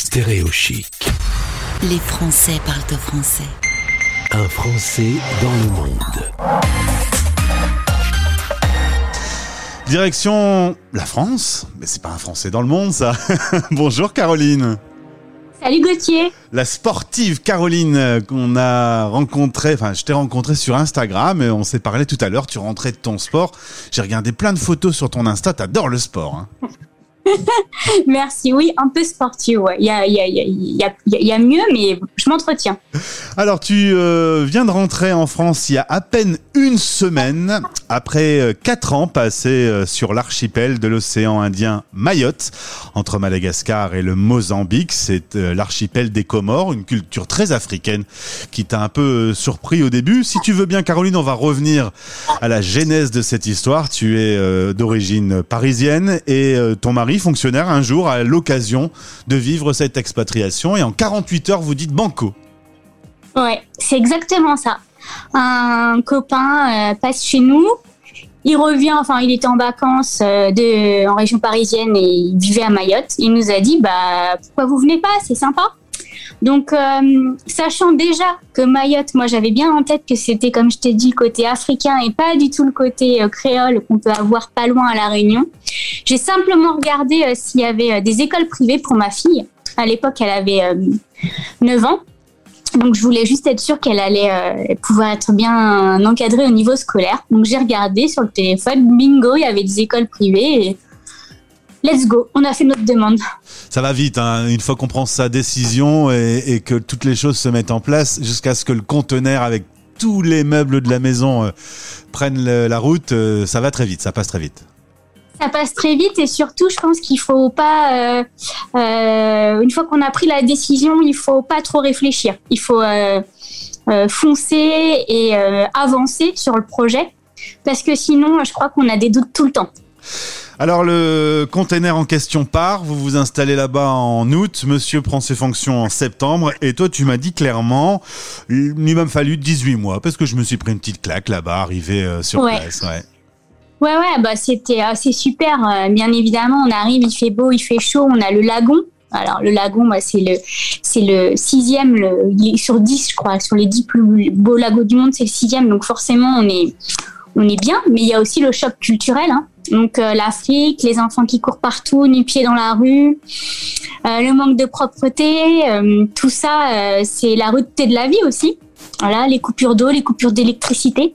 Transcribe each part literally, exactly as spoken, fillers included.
Stéréo Chic. Les Français parlent au français. Un Français dans le monde. Direction la France. Mais c'est pas un Français dans le monde, ça. Bonjour Caroline. Salut Gauthier. La sportive Caroline qu'on a rencontrée, enfin je t'ai rencontrée sur Instagram et on s'est parlé tout à l'heure, tu rentrais de ton sport. J'ai regardé plein de photos sur ton Insta, t'adores le sport, hein. Merci, oui, un peu sportif, ouais. Il y a, il y a, il y a, il y a mieux, mais je m'entretiens. Alors, tu euh, viens de rentrer en France il y a à peine une semaine, après euh, quatre ans passés euh, sur l'archipel de l'océan Indien Mayotte, entre Madagascar et le Mozambique. C'est euh, l'archipel des Comores, une culture très africaine qui t'a un peu euh, surpris au début. Si tu veux bien, Caroline, on va revenir à la genèse de cette histoire. Tu es euh, d'origine parisienne et euh, ton mari, fonctionnaire, un jour a l'occasion de vivre cette expatriation et en quarante-huit heures vous dites banco. Ouais, c'est exactement ça. Un copain euh, passe chez nous, il revient, enfin il était en vacances euh, de, en région parisienne et il vivait à Mayotte. Il nous a dit bah pourquoi vous venez pas, c'est sympa. Donc, euh, sachant déjà que Mayotte, moi j'avais bien en tête que c'était, comme je t'ai dit, le côté africain et pas du tout le côté euh, créole qu'on peut avoir pas loin à La Réunion, j'ai simplement regardé euh, s'il y avait euh, des écoles privées pour ma fille. À l'époque, elle avait euh, neuf ans. Donc, je voulais juste être sûre qu'elle allait euh, pouvoir être bien encadrée au niveau scolaire. Donc, j'ai regardé sur le téléphone, bingo, il y avait des écoles privées et let's go, on a fait notre demande. Ça va vite, hein, une fois qu'on prend sa décision et, et que toutes les choses se mettent en place, jusqu'à ce que le conteneur avec tous les meubles de la maison euh, prenne le, la route, euh, ça va très vite, ça passe très vite. Ça passe très vite et surtout, je pense qu'il faut pas, euh, euh, une fois qu'on a pris la décision, il faut pas trop réfléchir. Il faut euh, euh, foncer et euh, avancer sur le projet, parce que sinon, je crois qu'on a des doutes tout le temps. Alors le container en question part, vous vous installez là-bas en août, monsieur prend ses fonctions en septembre et toi tu m'as dit clairement, il m'a fallu dix-huit mois parce que je me suis pris une petite claque là-bas, arrivé euh, sur ouais. place. Ouais. Ouais, ouais, bah c'était assez super. Euh, bien évidemment, on arrive, il fait beau, il fait chaud, on a le lagon. Alors le lagon, bah, c'est le c'est le sixième, le, il est sur dix, je crois, sur les dix plus beaux lagons du monde, c'est le sixième. Donc forcément, on est on est bien, mais il y a aussi le choc culturel, hein. Donc euh, l'Afrique, les enfants qui courent partout, nu-pieds dans la rue, euh, le manque de propreté, euh, tout ça, euh, c'est la rudeté de la vie aussi. Voilà, les coupures d'eau, les coupures d'électricité.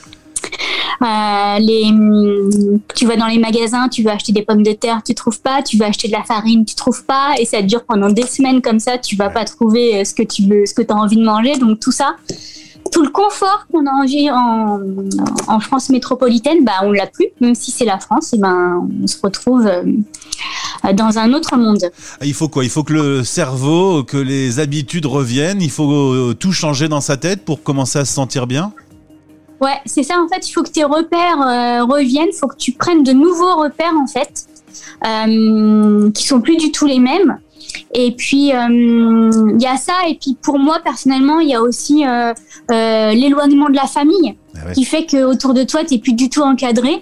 Euh, les, tu vas dans les magasins, tu veux acheter des pommes de terre, tu trouves pas, tu veux acheter de la farine, tu trouves pas, et ça dure pendant des semaines comme ça, tu vas pas trouver ce que tu veux, ce que tu as envie de manger. Donc tout ça, tout le confort qu'on a envie en, en France métropolitaine, bah on l'a plus, même si c'est la France, et ben on se retrouve euh, dans un autre monde. Il faut quoi ? Il faut que le cerveau, que les habitudes reviennent, il faut tout changer dans sa tête pour commencer à se sentir bien ? Ouais, c'est ça en fait, il faut que tes repères euh, reviennent, il faut que tu prennes de nouveaux repères en fait, euh, qui sont plus du tout les mêmes. Et puis, il euh, y a ça. Et puis, pour moi, personnellement, il y a aussi euh, euh, l'éloignement de la famille, ah ouais. qui fait qu'autour de toi, tu n'es plus du tout encadré,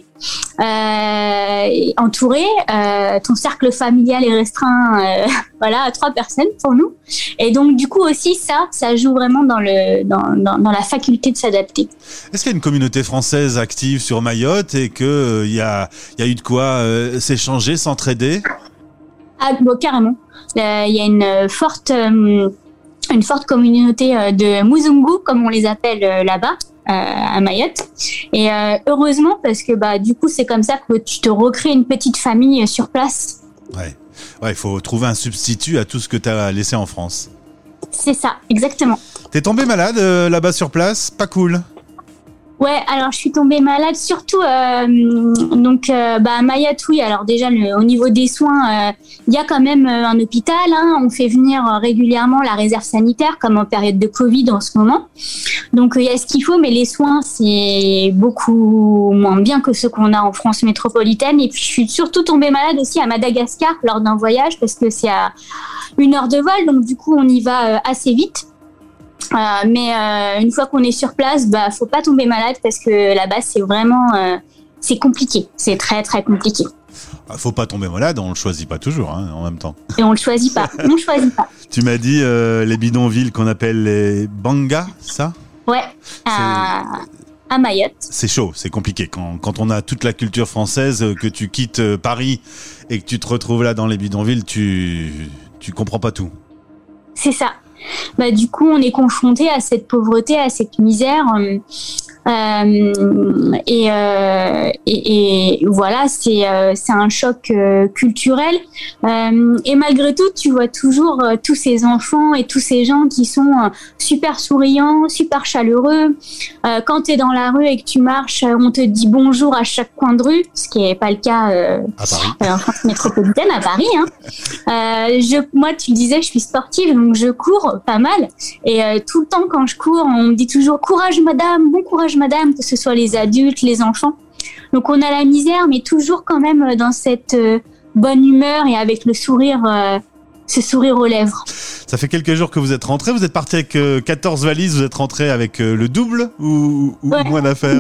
euh, entouré. Euh, ton cercle familial est restreint euh, voilà, à trois personnes pour nous. Et donc, du coup, aussi, ça, ça joue vraiment dans, le, dans, dans, dans la faculté de s'adapter. Est-ce qu'il y a une communauté française active sur Mayotte et qu'il euh, y, a, y a eu de quoi euh, s'échanger, s'entraider ? Ah, bon, carrément. Il euh, y a une forte, euh, une forte communauté euh, de Muzungu, comme on les appelle euh, là-bas, euh, à Mayotte. Et euh, heureusement, parce que bah, du coup, c'est comme ça que tu te recrées une petite famille euh, sur place. Ouais, ouais, il faut trouver un substitut à tout ce que tu as laissé en France. C'est ça, exactement. T'es tombé malade euh, là-bas sur place ? Pas cool. Ouais, alors je suis tombée malade, surtout euh, donc euh, bah à Mayotte, oui. Alors déjà le, au niveau des soins, il euh, y a quand même euh, un hôpital. Hein, on fait venir euh, régulièrement la réserve sanitaire, comme en période de Covid en ce moment. Donc il euh, y a ce qu'il faut, mais les soins c'est beaucoup moins bien que ceux qu'on a en France métropolitaine. Et puis je suis surtout tombée malade aussi à Madagascar lors d'un voyage parce que c'est à une heure de vol, donc du coup on y va euh, assez vite. Euh, mais euh, une fois qu'on est sur place, bah faut pas tomber malade parce que là-bas c'est vraiment euh, c'est compliqué, c'est très très compliqué. Ah, faut pas tomber malade, on le choisit pas toujours, hein, en même temps. Et on le choisit pas, on choisit pas. Tu m'as dit euh, les bidonvilles qu'on appelle les bangas, ça ? Ouais, à, à Mayotte. C'est chaud, c'est compliqué. Quand, quand on a toute la culture française, euh, que tu quittes euh, Paris et que tu te retrouves là dans les bidonvilles, tu, tu comprends pas tout. C'est ça. Bah, du coup, on est confronté à cette pauvreté, à cette misère. Euh, euh, et, euh, et, et voilà, c'est, euh, c'est un choc euh, culturel. Euh, et malgré tout, tu vois toujours euh, tous ces enfants et tous ces gens qui sont euh, super souriants, super chaleureux. Euh, quand tu es dans la rue et que tu marches, on te dit bonjour à chaque coin de rue, ce qui n'est pas le cas euh, à Paris. Euh, en France métropolitaine, à Paris. Hein. Euh, je, moi, tu disais, je suis sportive, donc je cours pas mal. Et euh, tout le temps, quand je cours, on me dit toujours « Courage, madame, bon courage, madame », que ce soit les adultes, les enfants. Donc, on a la misère, mais toujours quand même dans cette euh, bonne humeur et avec le sourire, euh, ce sourire aux lèvres. Ça fait quelques jours que vous êtes rentré. Vous êtes parti avec euh, quatorze valises. Vous êtes rentré avec euh, le double ou, ou ouais. moins d'affaires?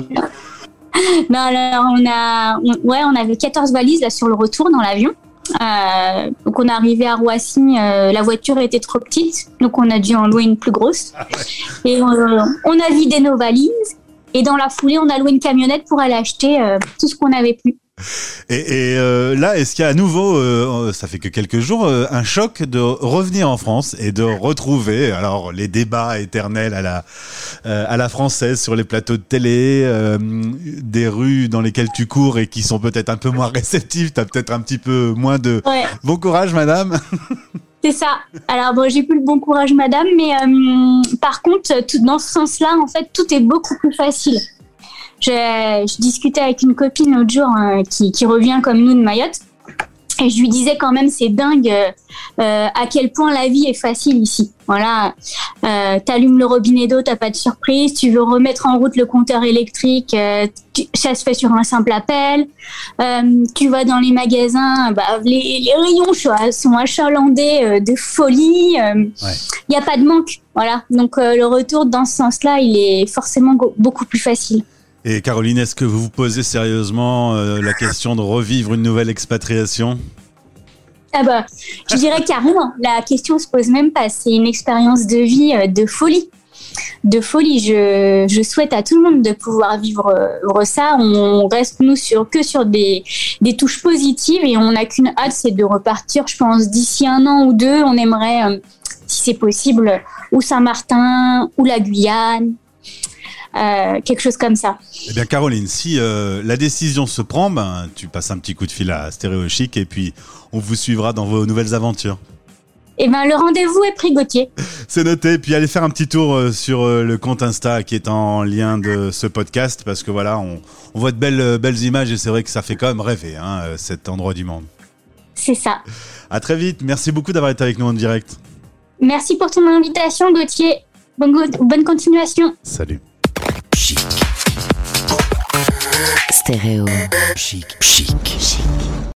Non, alors on a, on, ouais, on avait quatorze valises là sur le retour dans l'avion. Euh, donc on est arrivé à Roissy, euh, la voiture était trop petite, donc on a dû en louer une plus grosse. Ah ouais. Et euh, on a vidé nos valises et dans la foulée on a loué une camionnette pour aller acheter euh, tout ce qu'on avait plus. Et, et euh, là, est-ce qu'il y a à nouveau, euh, ça fait que quelques jours, euh, un choc de revenir en France et de retrouver alors les débats éternels à la euh, à la française sur les plateaux de télé, euh, des rues dans lesquelles tu cours et qui sont peut-être un peu moins réceptives, t'as peut-être un petit peu moins de ouais. Bon courage, madame. C'est ça. Alors bon, j'ai plus le bon courage, madame, mais euh, par contre, tout, dans ce sens-là, en fait, tout est beaucoup plus facile. Je, je discutais avec une copine l'autre jour hein, qui, qui revient comme nous de Mayotte et je lui disais quand même c'est dingue euh, à quel point la vie est facile ici. Voilà, euh, t'allumes le robinet d'eau, t'as pas de surprise, tu veux remettre en route le compteur électrique, euh, tu, ça se fait sur un simple appel. Euh, tu vas dans les magasins, bah, les, les rayons sont achalandés euh, de folie. Il euh, ouais. y a pas de manque. Voilà, donc euh, le retour dans ce sens-là, il est forcément go- beaucoup plus facile. Et Caroline, est-ce que vous vous posez sérieusement euh, la question de revivre une nouvelle expatriation ? Ah bah, je dirais carrément. La question se pose même pas. C'est une expérience de vie euh, de folie. De folie. Je, je souhaite à tout le monde de pouvoir vivre, vivre ça. On reste, nous, sur, que sur des, des touches positives et on n'a qu'une hâte, c'est de repartir, je pense, d'ici un an ou deux. On aimerait, euh, si c'est possible, ou Saint-Martin, ou la Guyane. Euh, quelque chose comme ça. Eh bien Caroline, si euh, la décision se prend, ben, tu passes un petit coup de fil à Stéréo Chic et puis on vous suivra dans vos nouvelles aventures. Eh bien le rendez-vous est pris, Gauthier. C'est noté, puis allez faire un petit tour euh, sur euh, le compte Insta qui est en lien de ce podcast parce que voilà, on, on voit de belles, belles images et c'est vrai que ça fait quand même rêver hein, cet endroit du monde. C'est ça. À très vite, merci beaucoup d'avoir été avec nous en direct. Merci pour ton invitation, Gauthier. Bonne, bonne continuation. Salut. Chic. Stéréo. Chic. Chic. Chic.